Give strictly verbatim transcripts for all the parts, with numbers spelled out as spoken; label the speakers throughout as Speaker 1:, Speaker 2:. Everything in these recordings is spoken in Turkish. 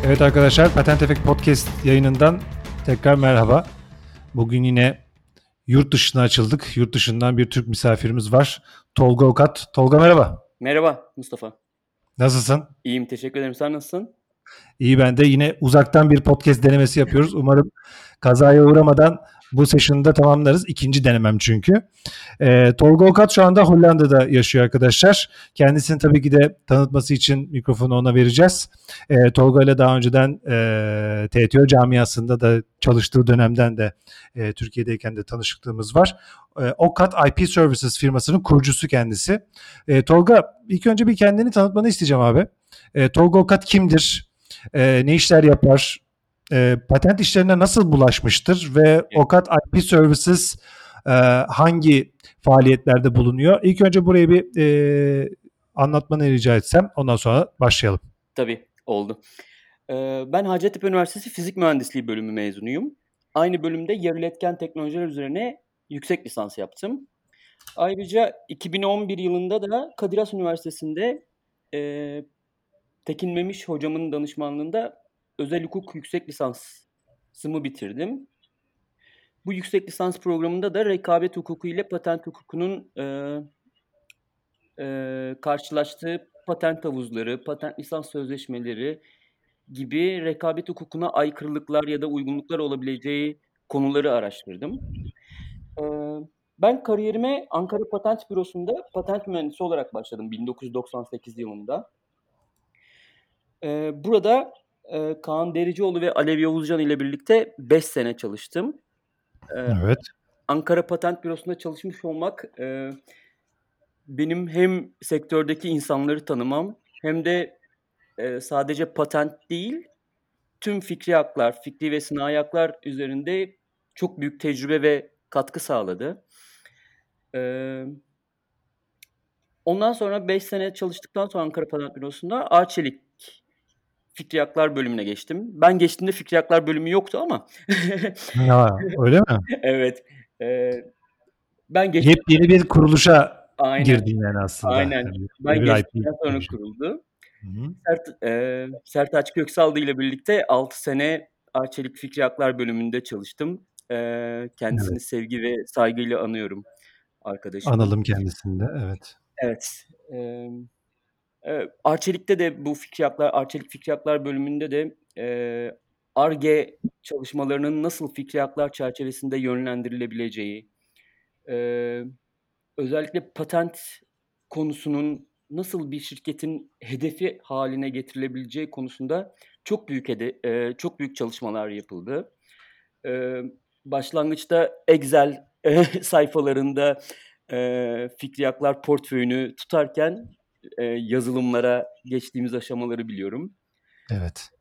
Speaker 1: Evet arkadaşlar, Patent Efekt Podcast yayınından tekrar merhaba. Bugün yine yurt dışına açıldık. Yurt dışından bir Türk misafirimiz var. Tolga Okat. Tolga merhaba.
Speaker 2: Merhaba Mustafa.
Speaker 1: Nasılsın?
Speaker 2: İyiyim, teşekkür ederim. Sen nasılsın?
Speaker 1: İyi, ben de yine uzaktan bir podcast denemesi yapıyoruz. Umarım kazaya uğramadan bu session'da tamamlarız. İkinci denemem çünkü. E, Tolga Okat şu anda Hollanda'da yaşıyor arkadaşlar. Kendisini tabii ki de tanıtması için mikrofonu ona vereceğiz. E, Tolga ile daha önceden e, T T O camiasında da çalıştığı dönemden de e, Türkiye'deyken de tanışıklığımız var. E, Okat I P Services firmasının kurucusu kendisi. E, Tolga, ilk önce bir kendini tanıtmanı isteyeceğim abi. E, Tolga Okat kimdir? E, ne işler yapar? E, patent işlerine nasıl bulaşmıştır? Ve Okat I P Services e, hangi faaliyetlerde bulunuyor? İlk önce burayı bir e, anlatmanı rica etsem, ondan sonra başlayalım.
Speaker 2: Tabii, oldu. Ee, ben Hacettepe Üniversitesi Fizik Mühendisliği bölümü mezunuyum. Aynı bölümde yarı iletken teknolojiler üzerine yüksek lisans yaptım. Ayrıca iki bin on bir yılında da Kadir Has Üniversitesi'nde e, Tekin Memiş hocamın danışmanlığında özel hukuk yüksek lisansımı bitirdim. Bu yüksek lisans programında da rekabet hukuku ile patent hukukunun e, e, karşılaştığı patent havuzları, patent lisans sözleşmeleri gibi rekabet hukukuna aykırılıklar ya da uygunluklar olabileceği konuları araştırdım. E, ben kariyerime Ankara Patent Bürosu'nda patent mühendisi olarak başladım bin dokuz yüz doksan sekiz yılında. E, burada e, Kaan Dericioğlu ve Alev Yavuzcan ile birlikte beş sene çalıştım. E,
Speaker 1: Evet.
Speaker 2: Ankara Patent Bürosu'nda çalışmış olmak e, benim hem sektördeki insanları tanımam hem de e, sadece patent değil, tüm fikri haklar, fikri ve sınai haklar üzerinde çok büyük tecrübe ve katkı sağladı. Ee, ondan sonra beş sene çalıştıktan sonra Ankara Patent Bürosu'nda Arçelik Fikri Haklar bölümüne geçtim. Ben geçtiğimde Fikri Haklar bölümü yoktu ama.
Speaker 1: Ha, öyle mi?
Speaker 2: Evet. E, ben geçtim.
Speaker 1: Yepyeni bir kuruluşa
Speaker 2: Aynen.
Speaker 1: girdin yani aslında.
Speaker 2: Aynen.
Speaker 1: Yani
Speaker 2: Ben
Speaker 1: bir
Speaker 2: geçtikten
Speaker 1: I P
Speaker 2: sonra
Speaker 1: girişim.
Speaker 2: kuruldu.
Speaker 1: Hı-hı.
Speaker 2: Sert, e, Sertaç Köksallı ile birlikte altı sene Arçelik Fikri Haklar bölümünde çalıştım. E, kendisini
Speaker 1: Evet.
Speaker 2: sevgi ve saygıyla anıyorum arkadaşımı.
Speaker 1: Analım kendisini de. Evet.
Speaker 2: Evet. E, e, Arçelik'te de bu Fikri Haklar, Arçelik Fikri Haklar bölümünde de e, Ar-Ge çalışmalarının nasıl fikri haklar çerçevesinde yönlendirilebileceği, e, özellikle patent konusunun nasıl bir şirketin hedefi haline getirilebileceği konusunda çok büyük hede- e, çok büyük çalışmalar yapıldı. E, başlangıçta Excel e, sayfalarında e, fikri haklar portföyünü tutarken e, yazılımlara geçtiğimiz aşamaları biliyorum.
Speaker 1: Evet.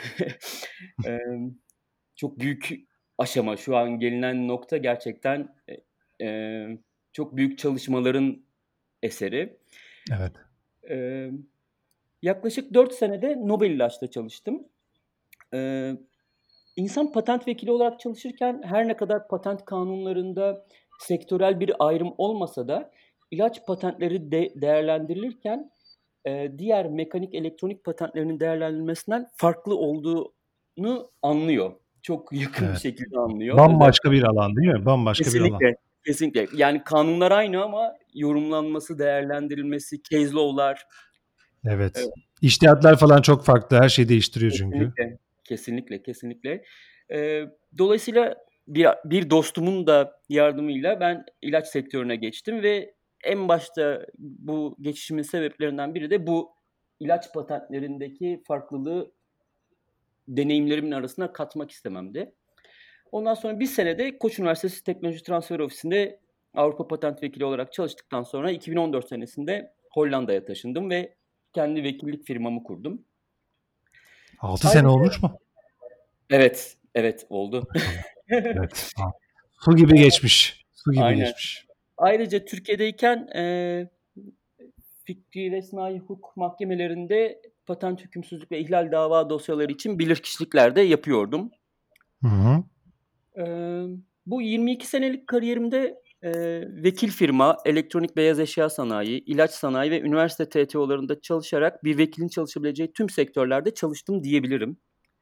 Speaker 2: e, çok büyük aşama. Şu an gelinen nokta gerçekten e, e, çok büyük çalışmaların eseri.
Speaker 1: Evet.
Speaker 2: Ee, yaklaşık dört senede Nobel İlaç'ta çalıştım. Ee, insan patent vekili olarak çalışırken her ne kadar patent kanunlarında sektörel bir ayrım olmasa da ilaç patentleri de değerlendirilirken e, diğer mekanik elektronik patentlerinin değerlendirilmesinden farklı olduğunu anlıyor. Çok yakın bir
Speaker 1: Evet.
Speaker 2: şekilde anlıyor.
Speaker 1: Bambaşka
Speaker 2: Özellikle
Speaker 1: bir alan değil mi? Bambaşka bir alan.
Speaker 2: kesinlikle, kesinlikle. Yani kanunlar aynı ama yorumlanması, değerlendirilmesi, case law'lar.
Speaker 1: Evet.
Speaker 2: Evet.
Speaker 1: İçtihatlar falan çok farklı. Her şeyi değiştiriyor çünkü.
Speaker 2: Kesinlikle, kesinlikle, kesinlikle. Eee, dolayısıyla bir bir dostumun da yardımıyla ben ilaç sektörüne geçtim ve en başta bu geçişimin sebeplerinden biri de bu ilaç patentlerindeki farklılığı deneyimlerimin arasına katmak istememdi. Ondan sonra bir senede Koç Üniversitesi Teknoloji Transfer Ofisi'nde Avrupa Patent Vekili olarak çalıştıktan sonra iki bin on dört senesinde Hollanda'ya taşındım ve kendi vekillik firmamı kurdum.
Speaker 1: altı sene
Speaker 2: Ayrıca
Speaker 1: olmuş mu?
Speaker 2: evet, evet oldu.
Speaker 1: Maşallah. Evet. Ha. Su gibi geçmiş. Su gibi
Speaker 2: Aynen.
Speaker 1: geçmiş.
Speaker 2: Ayrıca Türkiye'deyken eee fikri ve sınai hukuk mahkemelerinde patent hükümsüzlük ve ihlal dava dosyaları için bilirkişilikler de yapıyordum.
Speaker 1: Hı hı.
Speaker 2: Eee, bu yirmi iki senelik kariyerimde eee, vekil firma, elektronik beyaz eşya sanayi, ilaç sanayi ve üniversite T T O'larında çalışarak bir vekilin çalışabileceği tüm sektörlerde çalıştım diyebilirim.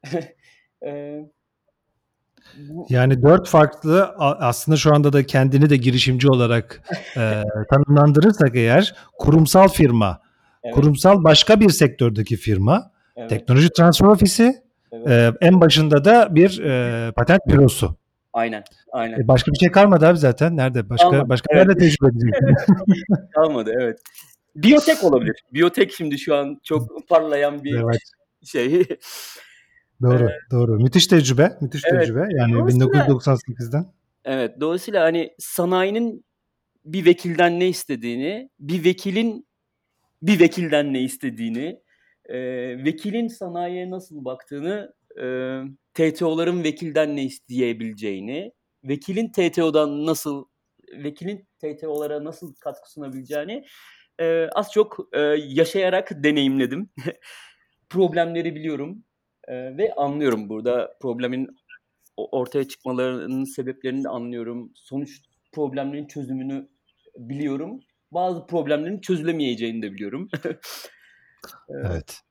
Speaker 2: Eee, bu
Speaker 1: Yani dört farklı a- aslında şu anda da kendini de girişimci olarak e, tanımlandırırsak eğer kurumsal firma,
Speaker 2: Evet,
Speaker 1: kurumsal başka bir sektördeki firma,
Speaker 2: evet,
Speaker 1: teknoloji transfer ofisi,
Speaker 2: evet.
Speaker 1: e, en başında da bir e, patent bürosu.
Speaker 2: Aynen, aynen.
Speaker 1: E, başka bir şey kalmadı abi zaten. Nerede? Başka
Speaker 2: Kalmadı.
Speaker 1: başka
Speaker 2: Evet.
Speaker 1: nerede tecrübe edeceksin?
Speaker 2: Kalmadı, evet. Biyotek olabilir. Biyotek şimdi şu an çok parlayan bir
Speaker 1: Evet.
Speaker 2: şey. Eee,
Speaker 1: Doğru, doğru. Müthiş tecrübe, müthiş
Speaker 2: evet.
Speaker 1: tecrübe. Yani
Speaker 2: Dolayısıyla
Speaker 1: bin dokuz yüz doksan sekizden.
Speaker 2: evet, dolayısıyla, hani, sanayinin bir vekilden ne istediğini, bir vekilin bir vekilden ne istediğini, eee, vekilin sanayiye nasıl baktığını, eee, T T O'ların vekilden ne isteyebileceğini, vekilin T T O'dan nasıl vekilin T T O'lara nasıl katkı sunabileceğini, eee, az çok, eee, yaşayarak deneyimledim. Problemleri biliyorum, eee, ve anlıyorum burada problemin o ortaya çıkmalarının sebeplerini de anlıyorum. Sonuç problemlerin çözümünü biliyorum. Bazı problemlerin çözülemeyeceğini de biliyorum. Eee,
Speaker 1: Evet.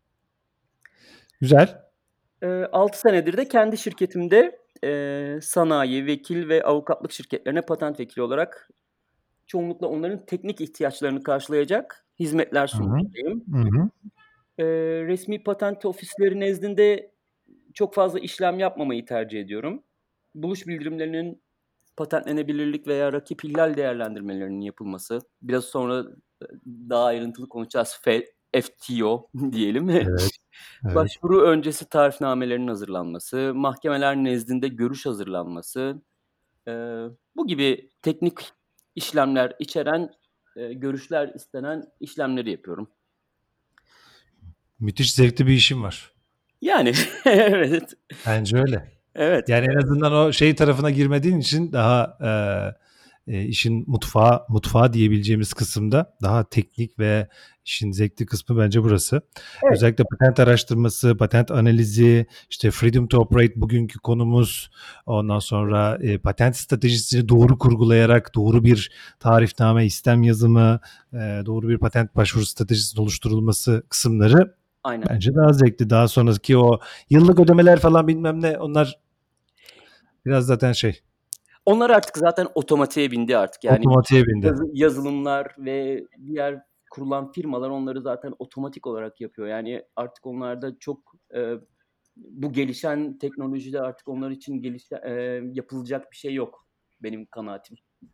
Speaker 1: Güzel.
Speaker 2: eee, altı senedir de kendi şirketimde, eee, sanayi, vekil ve avukatlık şirketlerine patent vekili olarak çoğunlukla onların teknik ihtiyaçlarını karşılayacak hizmetler
Speaker 1: Hı hı.
Speaker 2: sunmaktayım.
Speaker 1: Hı hı.
Speaker 2: Eee, resmî patent ofisleri nezdinde çok fazla işlem yapmamayı tercih ediyorum. Buluş bildirimlerinin patentlenebilirlik veya rakip ihlal değerlendirmelerinin yapılması, biraz sonra, eee, daha ayrıntılı konuşacağız. F F T O diyelim.
Speaker 1: Evet, evet.
Speaker 2: Başvuru öncesi tarifnamelerinin hazırlanması, mahkemeler nezdinde görüş hazırlanması, eee, bu gibi teknik işlemler içeren, eee, görüşler istenen işlemleri yapıyorum.
Speaker 1: Müthiş zevkli bir işin var.
Speaker 2: Yani evet,
Speaker 1: Bence öyle.
Speaker 2: evet,
Speaker 1: Yani en azından o şey tarafına girmediğin için daha e, e, işin mutfağı mutfağı diyebileceğimiz kısımda daha teknik ve işin zevkli kısmı bence burası.
Speaker 2: evet,
Speaker 1: Özellikle patent araştırması, patent analizi, işte freedom to operate bugünkü konumuz. Ondan sonra e, patent stratejisini doğru kurgulayarak doğru bir tarifname, istem yazımı, e, doğru bir patent başvuru stratejisinin oluşturulması kısımları
Speaker 2: aynen.
Speaker 1: bence daha zevkli. Daha sonraki o yıllık ödemeler falan bilmem ne onlar biraz zaten şey
Speaker 2: Onlar artık zaten otomatiğe bindi artık. Yani
Speaker 1: otomatiğe bindi.
Speaker 2: yazı yazılımlar ve diğer kurulan firmalar onları zaten otomatik olarak yapıyor. Yani artık onlarda çok, eee, bu gelişen teknolojide artık onlar için gelişe eee, yapılacak bir şey yok benim kanaatim.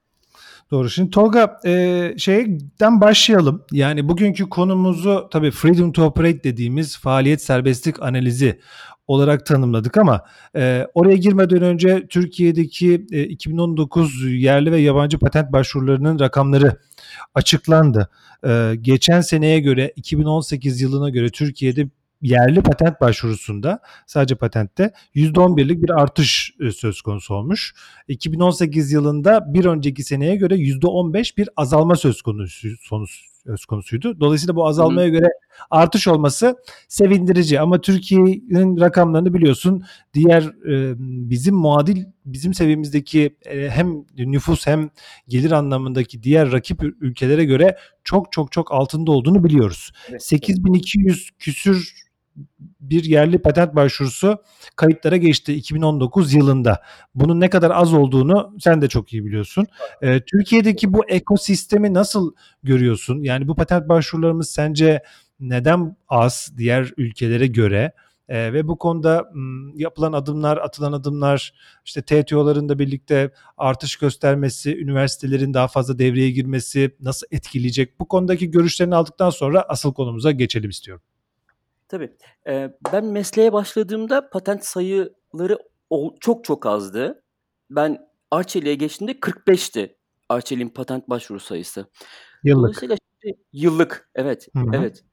Speaker 1: Doğru. Şimdi Tolga e, şeyden başlayalım. Yani bugünkü konumuzu tabii freedom to operate dediğimiz faaliyet serbestlik analizi olarak tanımladık ama e, oraya girmeden önce Türkiye'deki e, iki bin on dokuz yerli ve yabancı patent başvurularının rakamları açıklandı. E, geçen seneye göre iki bin on sekiz yılına göre Türkiye'de yerli patent başvurusunda sadece patentte yüzde on birlik bir artış e, söz konusu olmuş. iki bin on sekiz yılında bir önceki seneye göre yüzde on beş bir azalma söz konusu söz konusuydu. Dolayısıyla bu
Speaker 2: Hı hı.
Speaker 1: azalmaya göre artış olması sevindirici ama Türkiye'nin rakamlarını biliyorsun diğer e, bizim muadil bizim seviyemizdeki e, hem nüfus hem gelir anlamındaki diğer rakip ülkelere göre çok çok çok altında olduğunu biliyoruz.
Speaker 2: Tabii, tabii.
Speaker 1: sekiz bin iki yüz küsür bir yerli patent başvurusu kayıtlara geçti iki bin on dokuz yılında. Bunun ne kadar az olduğunu sen de çok iyi biliyorsun. Ee, Türkiye'deki bu ekosistemi nasıl görüyorsun? Yani bu patent başvurularımız sence neden az diğer ülkelere göre? Ee, ve bu konuda m, yapılan adımlar, atılan adımlar, işte T T O'ların da birlikte artış göstermesi, üniversitelerin daha fazla devreye girmesi nasıl etkileyecek? Bu konudaki görüşlerini aldıktan sonra asıl konumuza geçelim istiyorum.
Speaker 2: Tabii. Eee, ben mesleğe başladığımda patent sayıları ol çok çok azdı. Ben Arçelik'e geçtiğimde kırk beşti Arçelik'in patent başvuru sayısı.
Speaker 1: Yıllık.
Speaker 2: Dolayısıyla şimdi yıllık, evet,
Speaker 1: Hı hı.
Speaker 2: evet.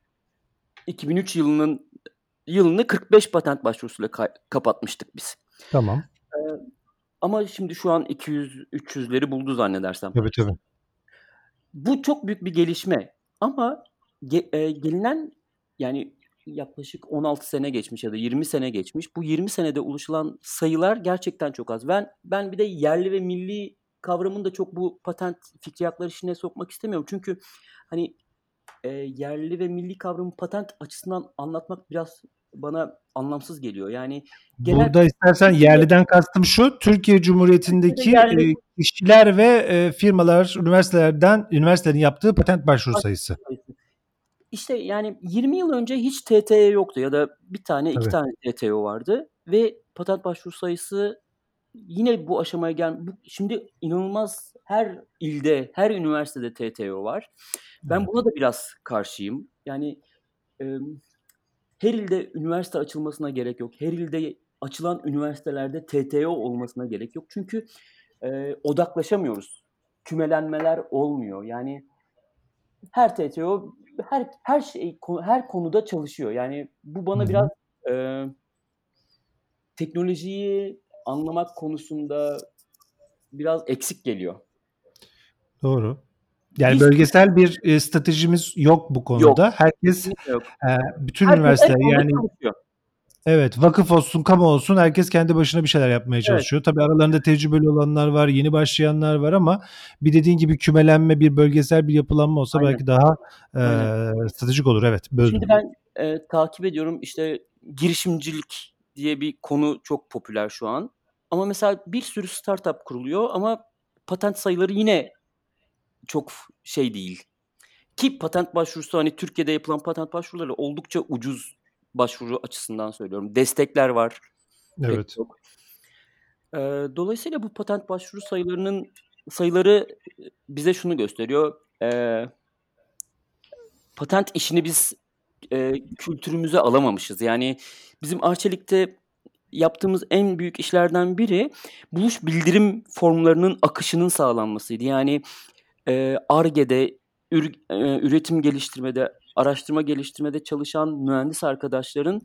Speaker 2: iki bin üç yılının yılını kırk beş patent başvurusuyla kay kapatmıştık biz.
Speaker 1: Tamam.
Speaker 2: Eee, ama şimdi şu an iki yüz üç yüzleri buldu zannedersem.
Speaker 1: Tabii tabii.
Speaker 2: Bu çok büyük bir gelişme ama ge eee, gelinen yani yaklaşık on altı sene geçmiş ya da yirmi sene geçmiş. Bu yirmi senede ulaşılan sayılar gerçekten çok az. Ben ben bir de yerli ve milli kavramını da çok bu patent fikriyatlar işine sokmak istemiyorum. Çünkü, hani, eee, yerli ve milli kavramı patent açısından anlatmak biraz bana anlamsız geliyor. Yani genel
Speaker 1: Burada istersen
Speaker 2: Türkiye'de
Speaker 1: yerliden kastım şu, Türkiye
Speaker 2: Türkiye'de
Speaker 1: Cumhuriyeti'ndeki
Speaker 2: yerli
Speaker 1: e, kişiler ve e, firmalar, üniversitelerden, üniversitelerin yaptığı patent başvuru sayısı.
Speaker 2: İşte yani yirmi yıl önce hiç T T E yoktu ya da bir tane iki
Speaker 1: Tabii.
Speaker 2: tane T T O vardı ve patent başvuru sayısı yine bu aşamaya gel bu şimdi inanılmaz her ilde, her üniversitede T T O var. Ben
Speaker 1: Evet.
Speaker 2: buna da biraz karşıyım. Yani, emm, her ilde üniversite açılmasına gerek yok. Her ilde açılan üniversitelerde T T O olmasına gerek yok. Çünkü, eee, odaklaşamıyoruz. Kümelenmeler olmuyor. Yani her T T O her her şey her konuda çalışıyor. Yani bu
Speaker 1: Hı
Speaker 2: bana biraz,
Speaker 1: hı.
Speaker 2: eee, teknolojiyi anlamak konusunda biraz eksik geliyor.
Speaker 1: Doğru.
Speaker 2: Bir
Speaker 1: Yani
Speaker 2: sürü
Speaker 1: bölgesel bir, eee, stratejimiz yok bu
Speaker 2: Yok,
Speaker 1: konuda. Herkes,
Speaker 2: kesinlikle yok.
Speaker 1: eee, bütün
Speaker 2: Herkes her
Speaker 1: üniversiteler
Speaker 2: konuda
Speaker 1: yani
Speaker 2: çalışıyor.
Speaker 1: evet, vakıf olsun, kamu olsun herkes kendi başına bir şeyler yapmaya
Speaker 2: Evet.
Speaker 1: çalışıyor. Tabii aralarında tecrübeli olanlar var, yeni başlayanlar var ama bir dediğin gibi kümelenme, bir bölgesel bir yapılanma olsa
Speaker 2: Aynen,
Speaker 1: belki daha,
Speaker 2: aynen.
Speaker 1: eee, stratejik olur. Evet,
Speaker 2: Şimdi
Speaker 1: böldüm.
Speaker 2: ben, eee, takip ediyorum, işte, girişimcilik diye bir konu çok popüler şu an. Ama mesela bir sürü startup kuruluyor ama patent sayıları yine çok f şey değil. Ki patent başvurusu, hani, Türkiye'de yapılan patent başvuruları oldukça ucuz başvuru açısından söylüyorum. Destekler var pek
Speaker 1: Evet.
Speaker 2: çok. Eee, dolayısıyla bu patent başvuru sayılarının sayıları, ııı, bize şunu gösteriyor. Eee, patent işini biz, eee, kültürümüze alamamışız. Yani bizim Arçelik'te yaptığımız en büyük işlerden biri buluş bildirim formlarının akışının sağlanmasıydı. Yani, eee, Ar-Ge'de, ür eee, üretim geliştirmede, araştırma geliştirmede çalışan mühendis arkadaşların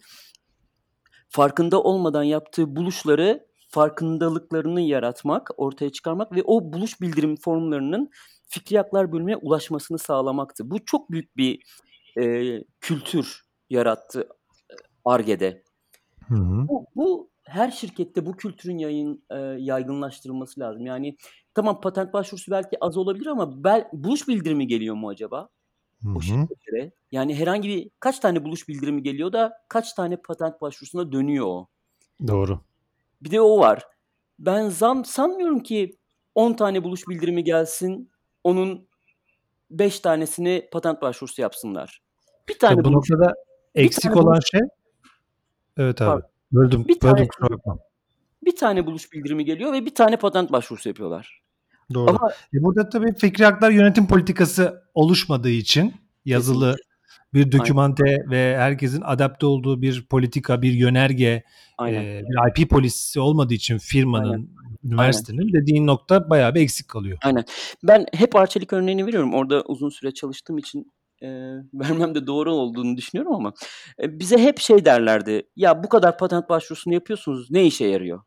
Speaker 2: farkında olmadan yaptığı buluşları farkındalıklarını yaratmak, ortaya çıkarmak ve o buluş bildirim formlarının fikri haklar bölümüne ulaşmasını sağlamaktı. Bu çok büyük bir, eee, kültür yarattı Ar-Ge'de.
Speaker 1: Hı hı.
Speaker 2: Bu bu her şirkette bu kültürün yayın eee, yaygınlaştırılması lazım. Yani tamam patent başvurusu belki az olabilir ama bel buluş bildirimi geliyor mu acaba
Speaker 1: Hı
Speaker 2: o
Speaker 1: hı.
Speaker 2: şirketlere? Yani herhangi bir kaç tane buluş bildirimi geliyor da kaç tane patent başvurusuna dönüyor o?
Speaker 1: Doğru.
Speaker 2: Bir de o var. Ben zam sanmıyorum ki on tane buluş bildirimi gelsin, onun beş tanesini patent başvurusu yapsınlar. Bir
Speaker 1: Tabii
Speaker 2: tane
Speaker 1: bu
Speaker 2: buluş
Speaker 1: noktada
Speaker 2: bir
Speaker 1: eksik
Speaker 2: tane buluş
Speaker 1: olan şey evet abi.
Speaker 2: pardon,
Speaker 1: Böldüm,
Speaker 2: bir
Speaker 1: böldüm
Speaker 2: tane
Speaker 1: kusura bakma.
Speaker 2: bir tane buluş bildirimi geliyor ve bir tane patent başvurusu yapıyorlar.
Speaker 1: Doğru.
Speaker 2: Ama
Speaker 1: E, burada tabii fikri haklar yönetim politikası oluşmadığı için yazılı
Speaker 2: kesinlikle.
Speaker 1: bir
Speaker 2: Aynen,
Speaker 1: dokümante ve herkesin adapte olduğu bir politika, bir yönerge,
Speaker 2: aynen,
Speaker 1: eee, bir I P polisisi olmadığı için
Speaker 2: aynen,
Speaker 1: firmanın,
Speaker 2: aynen,
Speaker 1: üniversitenin dediğin nokta bayağı bir eksik kalıyor.
Speaker 2: aynen. Ben hep Arçelik örneğini veriyorum. Orada uzun süre çalıştığım için, eee, vermem de doğru olduğunu düşünüyorum ama, eee, bize hep şey derlerdi, "Ya, bu kadar patent başvurusunu yapıyorsunuz, ne işe yarıyor?"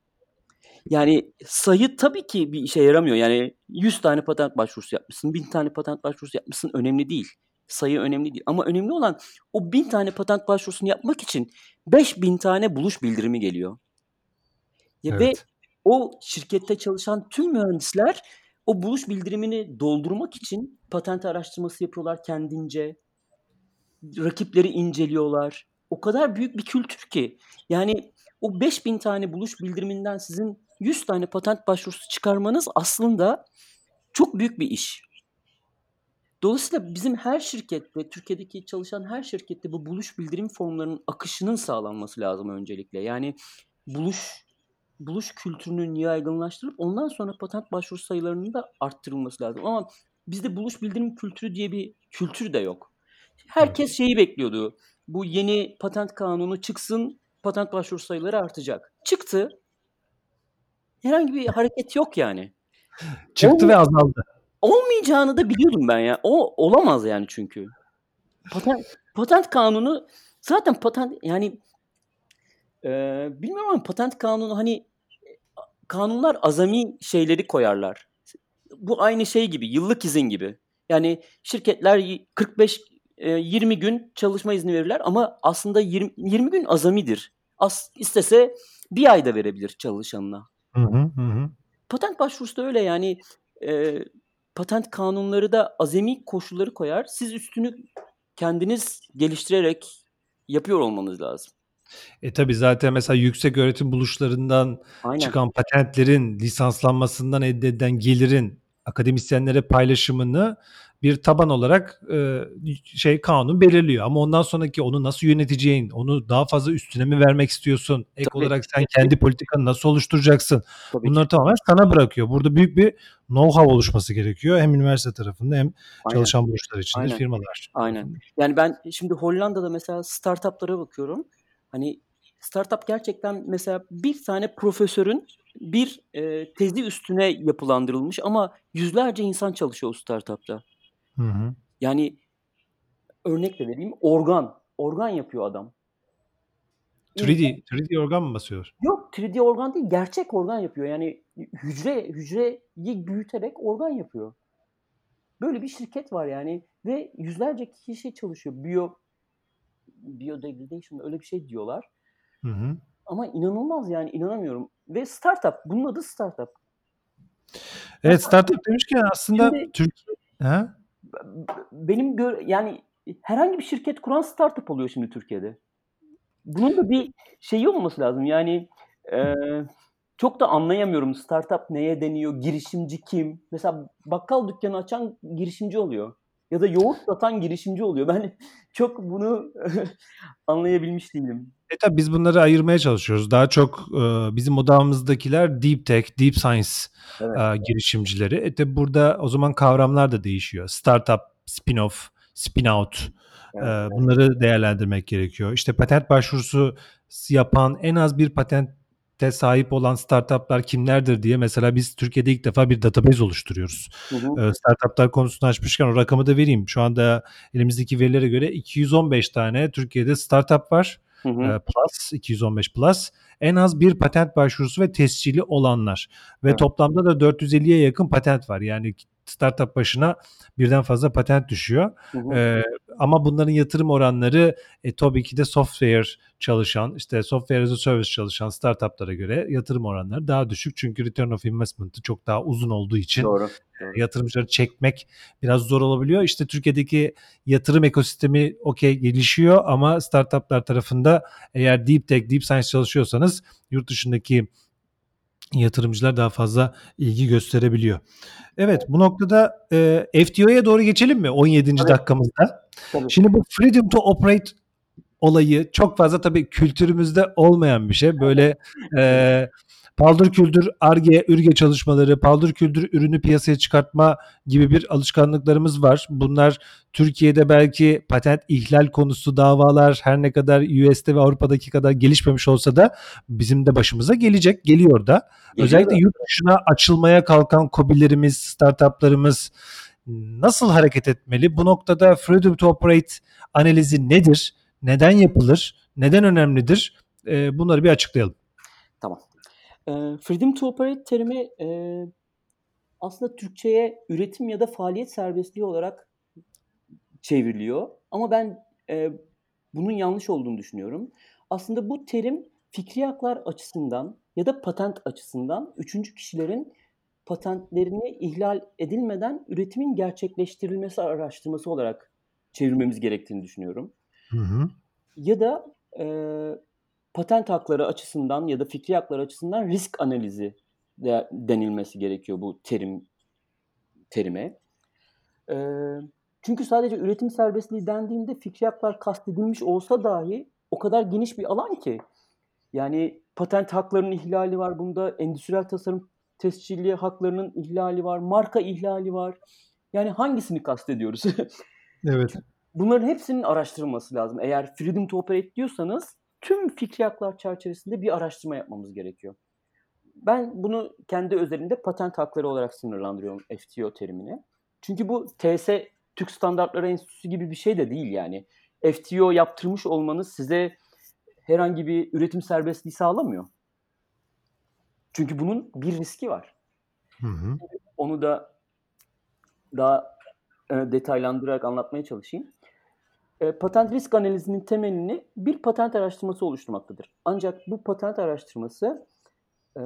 Speaker 2: Yani sayı tabii ki bir işe yaramıyor. Yani yüz tane patent başvurusu yapmışsın, bin tane patent başvurusu yapmışsın önemli değil. Sayı önemli değil ama önemli olan o bin tane patent başvurusunu yapmak için beş bin tane buluş bildirimi geliyor. Ya ve
Speaker 1: Evet,
Speaker 2: o şirkette çalışan tüm mühendisler o buluş bildirimini doldurmak için patent araştırması yapıyorlar kendince. Rakipleri inceliyorlar. O kadar büyük bir kültür ki. Yani o beş bin tane buluş bildiriminden sizin yüz tane patent başvurusu çıkarmanız aslında çok büyük bir iş. Dolayısıyla bizim her şirkette, Türkiye'deki çalışan her şirkette bu buluş bildirim formlarının akışının sağlanması lazım öncelikle. Yani buluş buluş kültürünün yaygınlaştırılıp ondan sonra patent başvuru sayılarının da arttırılması lazım. Ama bizde buluş bildirim kültürü diye bir kültür de yok.
Speaker 1: evet.
Speaker 2: Herkes şeyi bekliyordu. Bu yeni patent kanunu çıksın, patent başvuru sayıları artacak. Çıktı. Herhangi bir hareket yok yani.
Speaker 1: Çıktı
Speaker 2: Olma
Speaker 1: ve azaldı.
Speaker 2: olmayacağını da biliyordum ben ya. O olamaz yani çünkü. Patent patent kanunu zaten patent yani, eee, bilmiyorum ama patent kanunu, hani, kanunlar azami şeyleri koyarlar. Bu aynı şey gibi, yıllık izin gibi. Yani şirketler y kırk beş, eee, yirmi gün çalışma izni verirler ama aslında yirmi yirmi gün azamidir. As istese bir ay da verebilir çalışanına.
Speaker 1: Hı hı, hı hı.
Speaker 2: Patent başvurusu da öyle yani, eee, patent kanunları da azami koşulları koyar. Siz üstünü kendiniz geliştirerek yapıyor olmanız lazım.
Speaker 1: E tabii zaten mesela yüksek öğretim buluşlarından
Speaker 2: Aynen.
Speaker 1: çıkan patentlerin lisanslanmasından elde edilen gelirin akademisyenlere paylaşımını bir taban olarak e, şey kanun belirliyor. Ama ondan sonraki onu nasıl yöneteceğin, onu daha fazla üstüne mi vermek istiyorsun? Ek
Speaker 2: Tabii.
Speaker 1: olarak sen kendi politikanı nasıl oluşturacaksın?
Speaker 2: Tabii ki.
Speaker 1: Bunları tamamen sana bırakıyor. Burada büyük bir know-how oluşması gerekiyor. Hem üniversite tarafında hem
Speaker 2: Aynen.
Speaker 1: çalışan buluşlar içinde
Speaker 2: Aynen.
Speaker 1: firmalar
Speaker 2: Aynen.
Speaker 1: tarafında.
Speaker 2: Yani ben şimdi Hollanda'da mesela startup'lara bakıyorum. Hani startup gerçekten mesela bir tane profesörün bir, eee, tezi üstüne yapılandırılmış ama yüzlerce insan çalışıyor o startup'ta.
Speaker 1: Hı hı.
Speaker 2: Yani örnek de vereyim, organ. Organ yapıyor adam. İnsan
Speaker 1: üç D, üç D organ mı basıyor?
Speaker 2: Yok, üç D organ değil, gerçek organ yapıyor. Yani hücre hücreyi büyüterek organ yapıyor. Böyle bir şirket var yani ve yüzlerce kişi çalışıyor. Bio biodegradation öyle bir şey diyorlar.
Speaker 1: Hı hı.
Speaker 2: Ama inanılmaz yani inanamıyorum ve startup. Bunun adı startup.
Speaker 1: Evet, startup demişken aslında
Speaker 2: Şimdi
Speaker 1: Türkiye. Ha?
Speaker 2: benim gör yani herhangi bir şirket kuran startup oluyor şimdi Türkiye'de. Bunun da bir şeyi olması lazım. Yani, eee, çok da anlayamıyorum startup neye deniyor, girişimci kim? Mesela bakkal dükkanı açan girişimci oluyor ya da yoğurt satan girişimci oluyor. Ben çok bunu anlayabilmiş değilim.
Speaker 1: E tabii biz bunları ayırmaya çalışıyoruz. Daha çok e, bizim odağımızdakiler deep tech, deep science
Speaker 2: Evet,
Speaker 1: e, girişimcileri. E tabii burada o zaman kavramlar da değişiyor. Startup, spin-off, spin-out. E,
Speaker 2: evet.
Speaker 1: bunları değerlendirmek gerekiyor. İşte patent başvurusu yapan en az bir patente sahip olan startuplar kimlerdir diye mesela biz Türkiye'de ilk defa bir database oluşturuyoruz.
Speaker 2: Hı hı.
Speaker 1: E, startuplar konusunu açmışken o rakamı da vereyim. Şu anda elimizdeki verilere göre iki yüz on beş tane Türkiye'de startup var.
Speaker 2: Hı hı.
Speaker 1: Plus, iki yüz on beş Plus, en az bir patent başvurusu ve tescili olanlar ve
Speaker 2: Evet.
Speaker 1: toplamda da dört yüz elliye yakın patent var. Yani startup başına birden fazla patent düşüyor.
Speaker 2: Hı hı.
Speaker 1: Ee, ama bunların yatırım oranları e, tabii ki de software çalışan, işte software as a service çalışan startuplara göre yatırım oranları daha düşük. Çünkü return of investment'ı çok daha uzun olduğu için
Speaker 2: Doğru, doğru.
Speaker 1: yatırımcıları çekmek biraz zor olabiliyor. İşte Türkiye'deki yatırım ekosistemi okey gelişiyor ama startuplar tarafında eğer deep tech, deep science çalışıyorsanız yurt dışındaki yatırımcılar daha fazla ilgi gösterebiliyor. Evet, bu noktada e, F T O'ya doğru geçelim mi on yedinci
Speaker 2: Tabii,
Speaker 1: dakikamızda?
Speaker 2: tabii.
Speaker 1: Şimdi bu Freedom to Operate olayı çok fazla tabii kültürümüzde olmayan bir şey. Böyle
Speaker 2: Evet.
Speaker 1: e, paldır küldür Ar-Ge, Ür-Ge çalışmaları, paldır küldür ürünü piyasaya çıkartma gibi bir alışkanlıklarımız var. Bunlar Türkiye'de belki patent ihlal konusu davalar her ne kadar U S'te ve Avrupa'daki kadar gelişmemiş olsa da bizim de başımıza gelecek, geliyor da.
Speaker 2: Geliyor
Speaker 1: Özellikle
Speaker 2: da.
Speaker 1: yurt dışına açılmaya kalkan KOBİ'lerimiz, startuplarımız nasıl hareket etmeli? Bu noktada Freedom to Operate analizi nedir? Neden yapılır? Neden önemlidir? Eee, bunları bir açıklayalım.
Speaker 2: Tamam. Eee, freedom to operate terimi, eee, aslında Türkçe'ye üretim ya da faaliyet serbestliği olarak çevriliyor ama ben, eee, bunun yanlış olduğunu düşünüyorum. Aslında bu terim fikri haklar açısından ya da patent açısından üçüncü kişilerin patentlerini ihlal edilmeden üretimin gerçekleştirilmesi araştırması olarak çevirmemiz gerektiğini düşünüyorum.
Speaker 1: Hı hı.
Speaker 2: Ya da, eee, patent hakları açısından ya da fikri haklar açısından risk analizi de denilmesi gerekiyor bu terim terime. Eee, çünkü sadece üretim serbestliği dendiğinde fikri haklar kastedilmiş olsa dahi o kadar geniş bir alan ki. Yani patent haklarının ihlali var bunda, endüstriyel tasarım tescilli haklarının ihlali var, marka ihlali var. Yani hangisini kastediyoruz?
Speaker 1: Evet.
Speaker 2: Bunların hepsinin araştırılması lazım. Eğer freedom to operate diyorsanız tüm fikri haklar çerçevesinde bir araştırma yapmamız gerekiyor. Ben bunu kendi özelimde patent hakları olarak sınırlandırıyorum F T O terimini. Çünkü bu T S Türk Standartları Enstitüsü gibi bir şey de değil yani. F T O yaptırmış olmanız size herhangi bir üretim serbestliği sağlamıyor. Çünkü bunun bir riski var.
Speaker 1: Hı hı.
Speaker 2: Onu da daha e, detaylandırarak anlatmaya çalışayım. E, patent risk analizinin temelini bir patent araştırması oluşturmaktadır. Ancak bu patent araştırması e,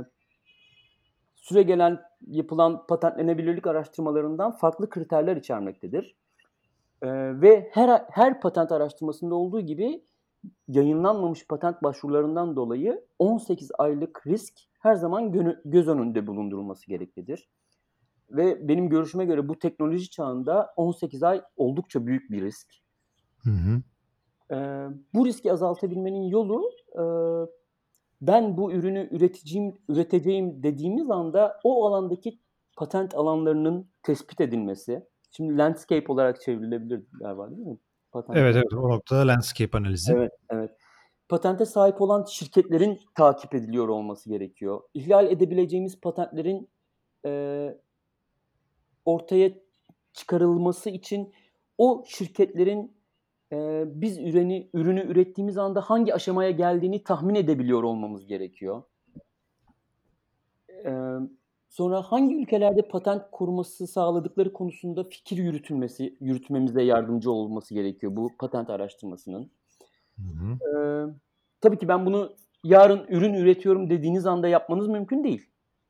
Speaker 2: süregelen yapılan patentlenebilirlik araştırmalarından farklı kriterler içermektedir. E, ve her her patent araştırmasında olduğu gibi yayınlanmamış patent başvurularından dolayı on sekiz aylık risk her zaman gönü göz önünde bulundurulması gereklidir. Ve benim görüşüme göre bu teknoloji çağında on sekiz ay oldukça büyük bir risk.
Speaker 1: Hı hı.
Speaker 2: Eee, bu riski azaltabilmenin yolu, eee, ben bu ürünü üreticiyim üreteceğim dediğimiz anda o alandaki patent alanlarının tespit edilmesi. Şimdi landscape olarak çevrilebilir galiba, değil mi? Patent.
Speaker 1: Evet, evet. O noktada landscape analizi.
Speaker 2: Evet, evet. Patente sahip olan şirketlerin takip ediliyor olması gerekiyor. İhlal edebileceğimiz patentlerin eee, ortaya çıkarılması için o şirketlerin eee, biz ürünü, ürünü ürettiğimiz anda hangi aşamaya geldiğini tahmin edebiliyor olmamız gerekiyor. Eee, sonra hangi ülkelerde patent koruması sağladıkları konusunda fikir yürütülmesi, yürütmemize yardımcı olması gerekiyor bu patent araştırmasının.
Speaker 1: Hı hı.
Speaker 2: Eee, tabii ki ben bunu yarın ürün üretiyorum dediğiniz anda yapmanız mümkün değil.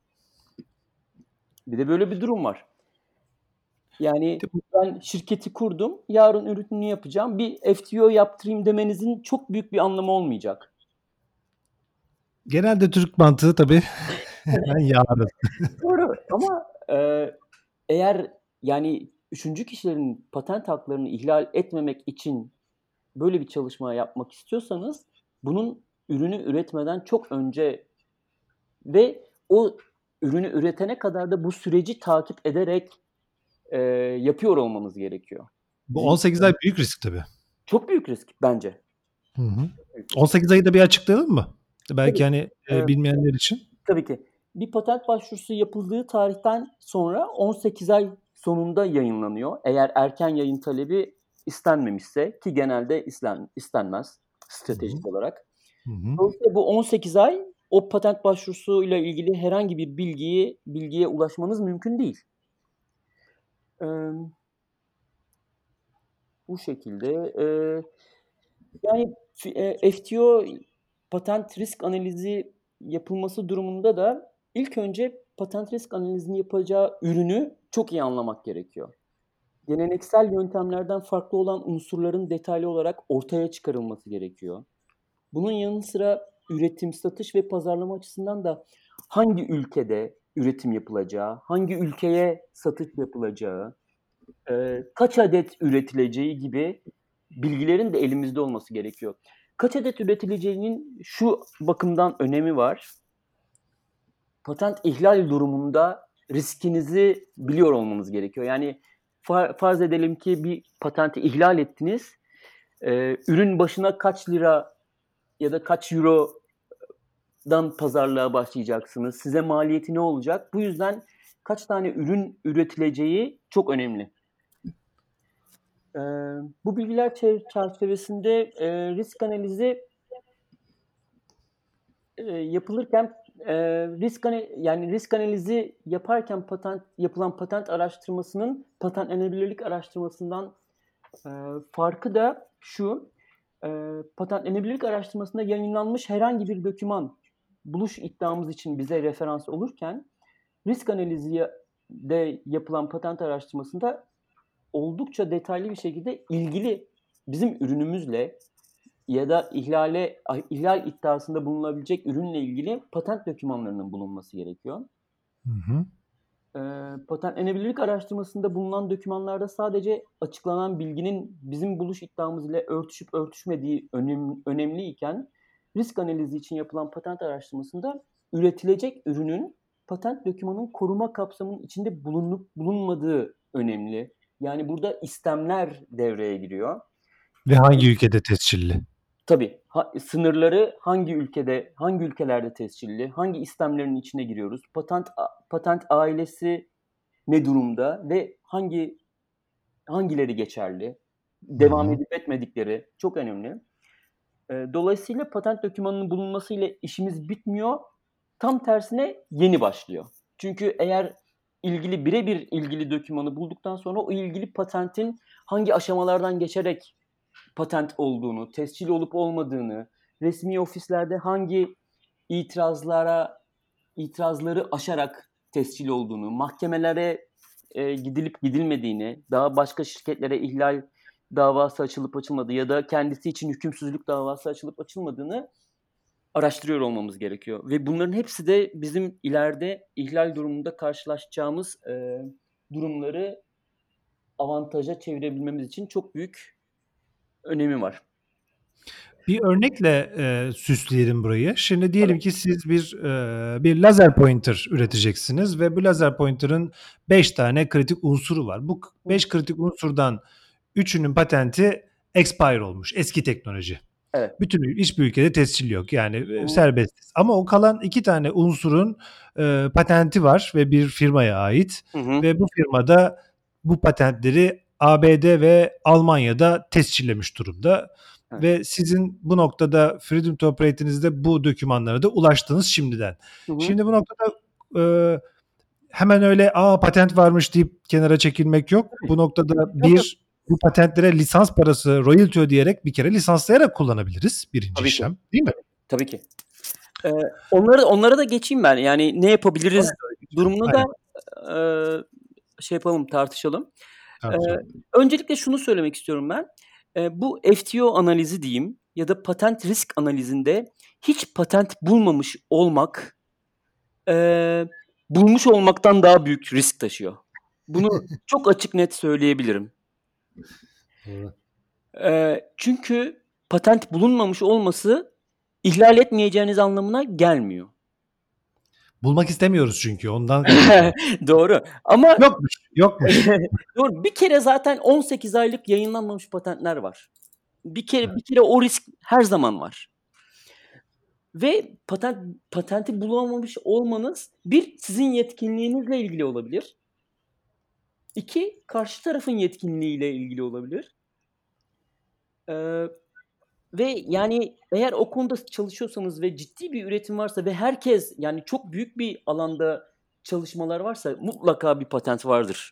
Speaker 2: Bir de böyle bir durum var. Yani ben şirketi kurdum, yarın ürününü yapacağım. Bir F T O yaptırayım demenizin çok büyük bir anlamı olmayacak.
Speaker 1: Genelde Türk mantığı tabii hemen yarın.
Speaker 2: Doğru ama eee, eğer yani üçüncü kişilerin patent haklarını ihlal etmemek için böyle bir çalışma yapmak istiyorsanız bunun ürünü üretmeden çok önce ve o ürünü üretene kadar da bu süreci takip ederek eee, yapıyor olmamız gerekiyor.
Speaker 1: Bu
Speaker 2: Bizim
Speaker 1: on sekiz ay büyük risk tabii.
Speaker 2: çok büyük risk bence.
Speaker 1: Hı hı.
Speaker 2: Çok büyük risk.
Speaker 1: on sekiz ayı da bir açıklayalım mı? Belki
Speaker 2: Tabii,
Speaker 1: hani
Speaker 2: eee,
Speaker 1: e, bilmeyenler için.
Speaker 2: tabii ki. Bir patent başvurusu yapıldığı tarihten sonra on sekiz ay sonunda yayınlanıyor. Eğer erken yayın talebi istenmemişse ki genelde isten, istenmez
Speaker 1: Hı hı.
Speaker 2: stratejik olarak.
Speaker 1: Hı hı.
Speaker 2: Dolayısıyla bu on sekiz ay o patent başvurusuyla ilgili herhangi bir bilgiyi bilgiye ulaşmanız mümkün değil. Emm, bu şekilde. Eee, yani fi eee, F T O patent risk analizi yapılması durumunda da ilk önce patent risk analizini yapacağı ürünü çok iyi anlamak gerekiyor. Geleneksel yöntemlerden farklı olan unsurların detaylı olarak ortaya çıkarılması gerekiyor. Bunun yanı sıra üretim, satış ve pazarlama açısından da hangi ülkede üretim yapılacağı, hangi ülkeye satış yapılacağı, eee, kaç adet üretileceği gibi bilgilerin de elimizde olması gerekiyor. Kaç adet üretileceğinin şu bakımdan önemi var. Patent ihlal durumunda riskinizi biliyor olmanız gerekiyor. Yani fa- farz edelim ki bir patenti ihlal ettiniz. Eee, ürün başına kaç lira ya da kaç eurodan pazarlığa başlayacaksınız? Size maliyeti ne olacak? Bu yüzden kaç tane ürün üretileceği çok önemli. Eee, bu bilgiler çerçevesinde eee, risk analizi eee, yapılırken eee, risk ana- yani risk analizi yaparken patent yapılan patent araştırmasının patentlenebilirlik araştırmasından eee, farkı da şu. Eee, patentlenebilirlik araştırmasında yayınlanmış herhangi bir doküman buluş iddiamız için bize referans olurken risk analizi de yapılan patent araştırmasında oldukça detaylı bir şekilde ilgili bizim ürünümüzle ya da ihlale ihlal iddiasında bulunabilecek ürünle ilgili patent dokümanlarının bulunması gerekiyor.
Speaker 1: Hı hı.
Speaker 2: Eee, patentlenebilirlik araştırmasında bulunan dokümanlarda sadece açıklanan bilginin bizim buluş iddiamız ile örtüşüp örtüşmediği önem, önemli iken risk analizi için yapılan patent araştırmasında üretilecek ürünün patent dokümanının koruma kapsamının içinde bulunup bulunmadığı önemli. Yani burada istemler devreye giriyor.
Speaker 1: Ve hangi ülkede tescilli?
Speaker 2: Tabii ha, sınırları hangi ülkede, hangi ülkelerde tescilli, hangi istemlerin içine giriyoruz, patent patent ailesi ne durumda ve hangi hangileri geçerli,
Speaker 1: Hı
Speaker 2: devam
Speaker 1: hı.
Speaker 2: edip etmedikleri çok önemli. Eee, dolayısıyla patent dokümanının bulunması ile işimiz bitmiyor. Tam tersine yeni başlıyor. Çünkü eğer ilgili birebir ilgili dokümanı bulduktan sonra o ilgili patentin hangi aşamalardan geçerek patent olduğunu, tescil olup olmadığını, resmi ofislerde hangi itirazlara itirazları aşarak tescil olduğunu, mahkemelere e, gidilip gidilmediğini, daha başka şirketlere ihlal davası açılıp açılmadığı ya da kendisi için hükümsüzlük davası açılıp açılmadığını araştırıyor olmamız gerekiyor. Ve bunların hepsi de bizim ileride ihlal durumunda karşılaşacağımız e, durumları avantaja çevirebilmemiz için çok büyük önemi var.
Speaker 1: Bir örnekle e, süsleyelim burayı. Şimdi diyelim
Speaker 2: Tabii.
Speaker 1: ki siz bir e, bir lazer pointer üreteceksiniz ve bu lazer pointer'ın beş tane kritik unsuru var. Bu beş kritik unsurdan üçünün patenti expire olmuş. Eski teknoloji.
Speaker 2: Evet.
Speaker 1: Bütün hiçbir ülkede tescil yok. Yani e,
Speaker 2: Hı-hı.
Speaker 1: serbest. Ama o kalan iki tane unsurun e, patenti var ve bir firmaya ait.
Speaker 2: Hı-hı.
Speaker 1: Ve bu firmada bu patentleri A B D ve Almanya'da tescillemiş durumda.
Speaker 2: Evet.
Speaker 1: Ve sizin bu noktada Freedom to Operate'inizde bu dokümanlara da ulaştınız şimdiden.
Speaker 2: Hı-hı.
Speaker 1: Şimdi bu noktada e, hemen öyle aa patent varmış deyip kenara çekilmek yok. Bu noktada bir bu patentlere lisans parası, royalty ödeyerek bir kere lisanslayarak kullanabiliriz. Birinci
Speaker 2: Tabii
Speaker 1: işlem,
Speaker 2: ki.
Speaker 1: değil mi?
Speaker 2: Tabii ki. Ee, onları onlara da geçeyim ben. Yani ne yapabiliriz durumunu da e, şey yapalım, tartışalım.
Speaker 1: Tartışalım.
Speaker 2: Ee, öncelikle şunu söylemek istiyorum ben. Ee, bu F T O analizi diyeyim ya da patent risk analizinde hiç patent bulmamış olmak e, bulmuş olmaktan daha büyük risk taşıyor. Bunu çok açık net söyleyebilirim.
Speaker 1: Doğru.
Speaker 2: Ee, çünkü patent bulunmamış olması ihlal etmeyeceğiniz anlamına gelmiyor.
Speaker 1: Bulmak istemiyoruz çünkü ondan.
Speaker 2: Doğru. Ama
Speaker 1: yokmuş, yokmuş.
Speaker 2: doğru. Bir kere zaten on sekiz aylık yayınlanmamış patentler var. Bir kere bir kere o risk her zaman var. Ve patent patenti bulamamış olmanız bir sizin yetkinliğinizle ilgili olabilir. İki karşı tarafın yetkinliğiyle ilgili olabilir. Ee, ve yani eğer o konuda çalışıyorsanız ve ciddi bir üretim varsa ve herkes yani çok büyük bir alanda çalışmalar varsa mutlaka bir patent vardır.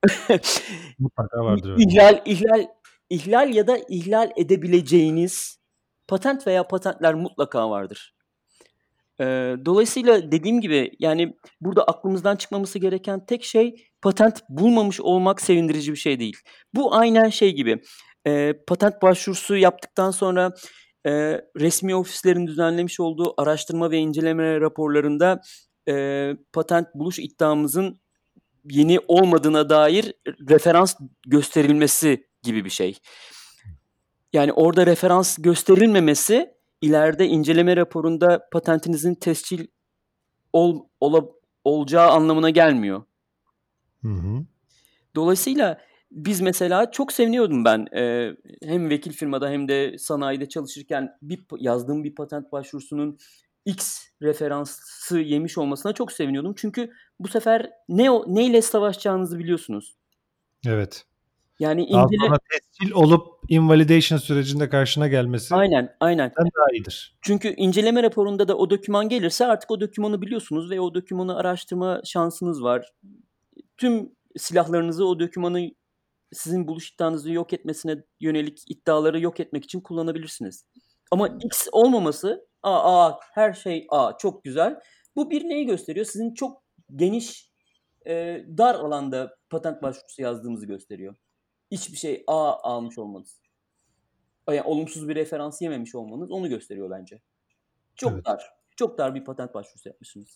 Speaker 1: Mutlaka vardır öyle.
Speaker 2: İhlal, ihlal, ihlal ya da ihlal edebileceğiniz patent veya patentler mutlaka vardır. Ee, dolayısıyla dediğim gibi yani burada aklımızdan çıkmaması gereken tek şey patent bulmamış olmak sevindirici bir şey değil. Bu aynen şey gibi e, patent başvurusu yaptıktan sonra e, resmi ofislerin düzenlemiş olduğu araştırma ve inceleme raporlarında e, patent buluş iddiamızın yeni olmadığına dair referans gösterilmesi gibi bir şey. Yani orada referans gösterilmemesi ileride inceleme raporunda patentinizin tescil ol, ola, olacağı anlamına gelmiyor.
Speaker 1: Hı hı.
Speaker 2: Dolayısıyla biz mesela çok seviniyordum ben e, hem vekil firmada hem de sanayide çalışırken bir yazdığım bir patent başvurusunun X referansı yemiş olmasına çok seviniyordum. Çünkü bu sefer ne neyle savaşacağınızı biliyorsunuz.
Speaker 1: Evet.
Speaker 2: Yani
Speaker 1: Daha
Speaker 2: incele...
Speaker 1: sonra tescil olup invalidation sürecinde karşına gelmesi
Speaker 2: Aynen, aynen.
Speaker 1: daha iyidir.
Speaker 2: Çünkü inceleme raporunda da o doküman gelirse artık o dokümanı biliyorsunuz ve o dokümanı araştırma şansınız var. Tüm silahlarınızı o dokümanı sizin buluş iddianızı yok etmesine yönelik iddiaları yok etmek için kullanabilirsiniz. Ama X olmaması, A, A, her şey A, çok güzel. Bu bir neyi gösteriyor? Sizin çok geniş, e, dar alanda patent başvurusu yazdığınızı gösteriyor. Hiçbir şey A almış olmanız. Yani olumsuz bir referans yememiş olmanız onu gösteriyor bence. Çok
Speaker 1: Evet.
Speaker 2: dar. Çok dar bir patent başvurusu yapmışsınız.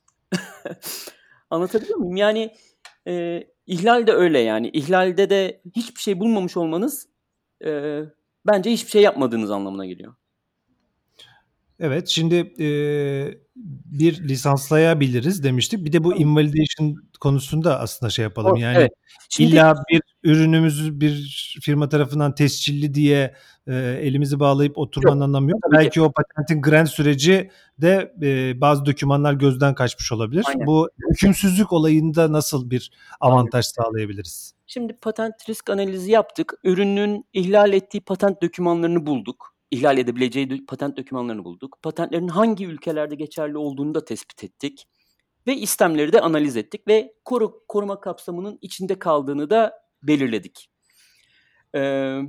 Speaker 2: Anlatabiliyor muyum? Yani e, ihlal de öyle yani. İhlalde de hiçbir şey bulmamış olmanız e, bence hiçbir şey yapmadığınız anlamına geliyor.
Speaker 1: Evet, şimdi e, bir lisanslayabiliriz demiştik. Bir de bu invalidation konusunda aslında şey yapalım.
Speaker 2: O,
Speaker 1: Yani
Speaker 2: evet. Şimdi
Speaker 1: illa bir ürünümüz bir firma tarafından tescilli diye e, elimizi bağlayıp oturmanın
Speaker 2: yok.
Speaker 1: anlamı yok.
Speaker 2: Tabii ki.
Speaker 1: Belki o patentin grant süreci de e, bazı dokümanlar gözden kaçmış olabilir.
Speaker 2: Aynen.
Speaker 1: Bu hükümsüzlük olayında nasıl bir avantaj sağlayabiliriz?
Speaker 2: Şimdi patent risk analizi yaptık. Ürünün ihlal ettiği patent dokümanlarını bulduk. İhlal edebileceği dö- patent dokümanlarını bulduk. Patentlerin hangi ülkelerde geçerli olduğunu da tespit ettik. Ve istemleri de analiz ettik ve koru, koruma kapsamının içinde kaldığını da belirledik. Ee,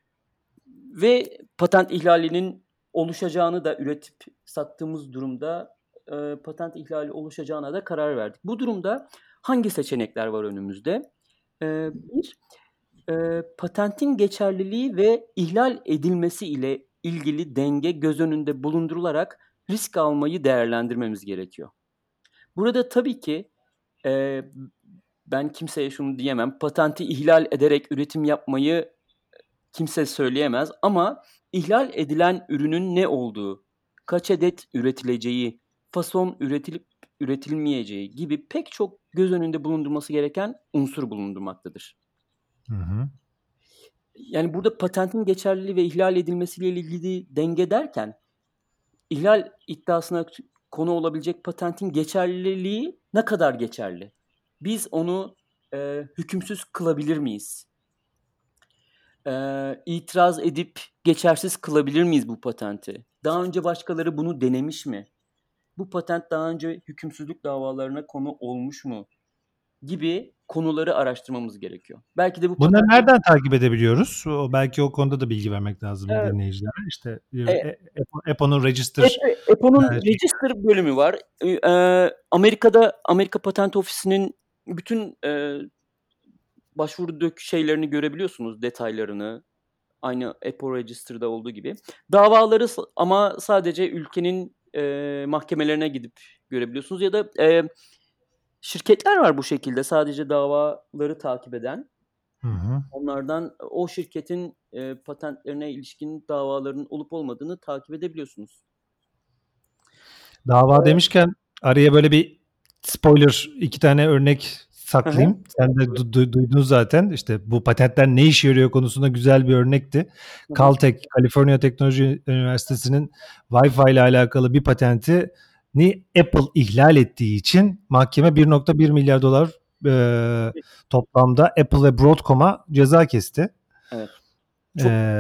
Speaker 2: ve patent ihlalinin oluşacağını da üretip sattığımız durumda e, patent ihlali oluşacağına da karar verdik. Bu durumda hangi seçenekler var önümüzde? Ee, bir, Eee, patentin geçerliliği ve ihlal edilmesi ile ilgili denge göz önünde bulundurularak risk almayı değerlendirmemiz gerekiyor. Burada tabii ki, eee, ben kimseye şunu diyemem, patenti ihlal ederek üretim yapmayı kimse söyleyemez ama ihlal edilen ürünün ne olduğu, kaç adet üretileceği, fason üretilip üretilmeyeceği gibi pek çok göz önünde bulundurması gereken unsur bulundurmaktadır.
Speaker 1: Hı hı.
Speaker 2: Yani burada patentin geçerliliği ve ihlal edilmesiyle ilgili denge derken, ihlal iddiasına konu olabilecek patentin geçerliliği ne kadar geçerli? Biz onu eee, hükümsüz kılabilir miyiz? Eee, itiraz edip geçersiz kılabilir miyiz bu patenti? Daha önce başkaları bunu denemiş mi? Bu patent daha önce hükümsüzlük davalarına konu olmuş mu? Gibi konuları araştırmamız gerekiyor. Belki de bu
Speaker 1: Bunları
Speaker 2: patent...
Speaker 1: nereden takip edebiliyoruz? O, belki o konuda da bilgi vermek lazım
Speaker 2: Evet,
Speaker 1: dinleyicilere. İşte e,
Speaker 2: e,
Speaker 1: e, Apple- Apple'ın register
Speaker 2: E- EPO'nun
Speaker 1: e, şey.
Speaker 2: Register bölümü var. Ee, Amerika'da Amerika Patent Ofisi'nin bütün e, başvuru dök şeylerini görebiliyorsunuz, detaylarını. Aynı EPO Register'da olduğu gibi. Davaları s- ama sadece ülkenin e, mahkemelerine gidip görebiliyorsunuz. Ya da e, şirketler var bu şekilde sadece davaları takip eden.
Speaker 1: Hı hı.
Speaker 2: Onlardan o şirketin e, patentlerine ilişkin davaların olup olmadığını takip edebiliyorsunuz.
Speaker 1: Dava demişken araya böyle bir spoiler iki tane örnek
Speaker 2: Hı hı.
Speaker 1: saklayayım. Sen de du- du- duydun zaten. İşte bu patentler ne işe yarıyor konusunda güzel bir örnekti.
Speaker 2: Hı hı.
Speaker 1: Caltech, California Teknoloji Üniversitesi'nin Wi-Fi ile alakalı bir patenti ni Apple ihlal ettiği için mahkeme bir nokta bir milyar dolar e, toplamda Apple ve Broadcom'a ceza kesti.
Speaker 2: Evet. Çok
Speaker 1: E,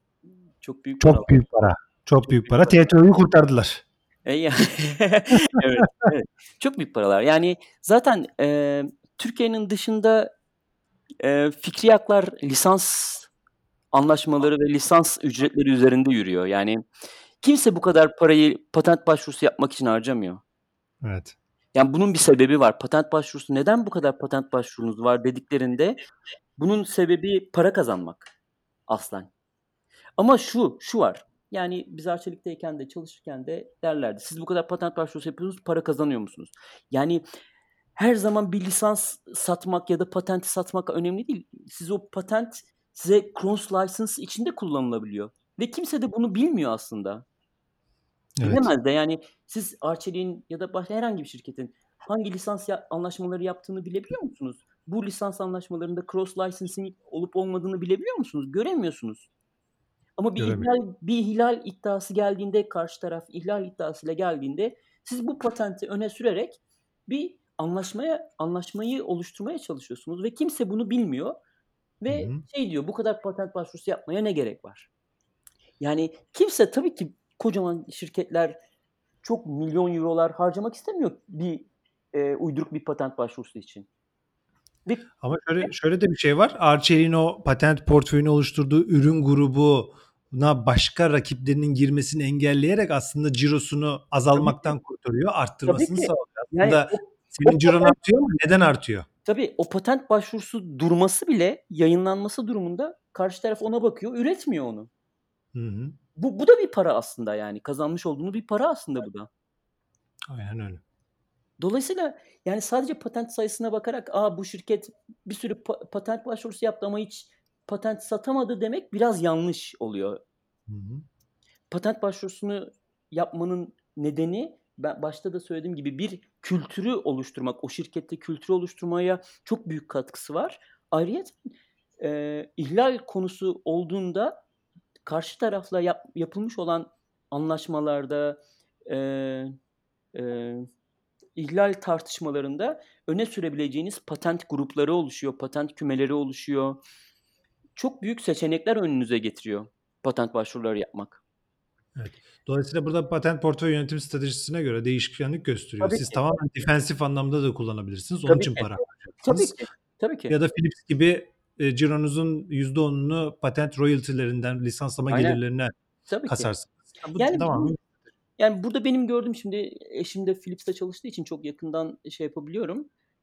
Speaker 2: çok büyük paralar.
Speaker 1: Çok büyük para. Çok
Speaker 2: Çok
Speaker 1: büyük
Speaker 2: büyük
Speaker 1: para.
Speaker 2: paralar.
Speaker 1: T T O'yu kurtardılar.
Speaker 2: E, ya Evet, evet. Çok büyük paralar. Yani zaten, eee, Türkiye'nin dışında, eee, fikri haklar lisans anlaşmaları ve lisans ücretleri üzerinde yürüyor. Yani kimse bu kadar parayı patent başvurusu yapmak için harcamıyor.
Speaker 1: Evet.
Speaker 2: Yani bunun bir sebebi var. Patent başvurusu neden bu kadar patent başvurunuz var dediklerinde bunun sebebi para kazanmak aslen. Ama şu, şu var. Yani biz Arçelik'teyken de çalışırken de derlerdi. Siz bu kadar patent başvurusu yapıyorsunuz, para kazanıyor musunuz? Yani her zaman bir lisans satmak ya da patenti satmak önemli değil. Siz o patent size cross license içinde kullanılabiliyor. Ve kimse de bunu bilmiyor aslında.
Speaker 1: Evet.
Speaker 2: Bilemez de yani siz Arçelik'in ya da başka herhangi bir şirketin hangi lisans ya- anlaşmaları yaptığını bilebiliyor musunuz? Bu lisans anlaşmalarında cross licensing olup olmadığını bilebiliyor musunuz? Göremiyorsunuz. Ama bir
Speaker 1: Göremiyorum.
Speaker 2: ihlal bir ihlal iddiası geldiğinde, karşı taraf ihlal iddiasıyla geldiğinde siz bu patenti öne sürerek bir anlaşmaya anlaşmayı oluşturmaya çalışıyorsunuz ve kimse bunu bilmiyor
Speaker 1: Hı
Speaker 2: ve
Speaker 1: hı.
Speaker 2: şey diyor, "Bu kadar patent başvurusu yapmaya ne gerek var?" Yani kimse tabii ki kocaman şirketler çok milyon eurolar harcamak istemiyor bir, eee, uyduruk bir patent başvurusu için. Ve
Speaker 1: Ama şöyle şöyle de bir şey var. Arçelik'in o patent portföyünü oluşturduğu ürün grubuna başka rakiplerinin girmesini engelleyerek aslında cirosunu
Speaker 2: tabii ki,
Speaker 1: azalmaktan kurtarıyor,
Speaker 2: tabii
Speaker 1: arttırmasını
Speaker 2: ki.
Speaker 1: sağlıyor.
Speaker 2: Yani
Speaker 1: Aslında
Speaker 2: o
Speaker 1: senin
Speaker 2: o
Speaker 1: ciron
Speaker 2: patent
Speaker 1: artıyor ama neden artıyor?
Speaker 2: Tabii, o patent başvurusu durması bile yayınlanması durumunda karşı taraf ona bakıyor, üretmiyor onu.
Speaker 1: Hı hı.
Speaker 2: Bu bu da bir para aslında yani. Kazanmış olduğumuz bir para aslında bu da.
Speaker 1: Aynen öyle.
Speaker 2: Dolayısıyla yani sadece patent sayısına bakarak, "A, bu şirket bir sürü pa patent başvurusu yaptı ama hiç patent satamadı." demek biraz yanlış oluyor.
Speaker 1: Hı hı.
Speaker 2: Patent başvurusunu yapmanın nedeni, ben başta da söylediğim gibi, bir kültürü oluşturmak, o şirkette kültürü oluşturmaya çok büyük katkısı var. Ayrıyeten, eee, ihlal konusu olduğunda karşı tarafla yap yapılmış olan anlaşmalarda, eee, eee, ihlal tartışmalarında öne sürebileceğiniz patent grupları oluşuyor, patent kümeleri oluşuyor. Çok büyük seçenekler önünüze getiriyor patent başvuruları yapmak.
Speaker 1: Evet. Dolayısıyla burada patent portföy yönetim stratejisine göre değişkenlik gösteriyor.
Speaker 2: Tabii
Speaker 1: Siz
Speaker 2: ki,
Speaker 1: tamamen defensif anlamda da kullanabilirsiniz. Onun
Speaker 2: tabii
Speaker 1: için
Speaker 2: ki.
Speaker 1: para
Speaker 2: Tabii
Speaker 1: harcarsınız.
Speaker 2: ki, tabii ki.
Speaker 1: Ya da Philips gibi e, cironuzun yüzde onunu patent royaltilerinden lisanslama
Speaker 2: Aynen,
Speaker 1: gelirlerine
Speaker 2: tabii ki.
Speaker 1: kasarsınız. Ya bu
Speaker 2: Yani bu
Speaker 1: tamamen
Speaker 2: yani burada benim gördüğüm, şimdi eşim de Philips'te çalıştığı için çok yakından şey yapabiliyorum.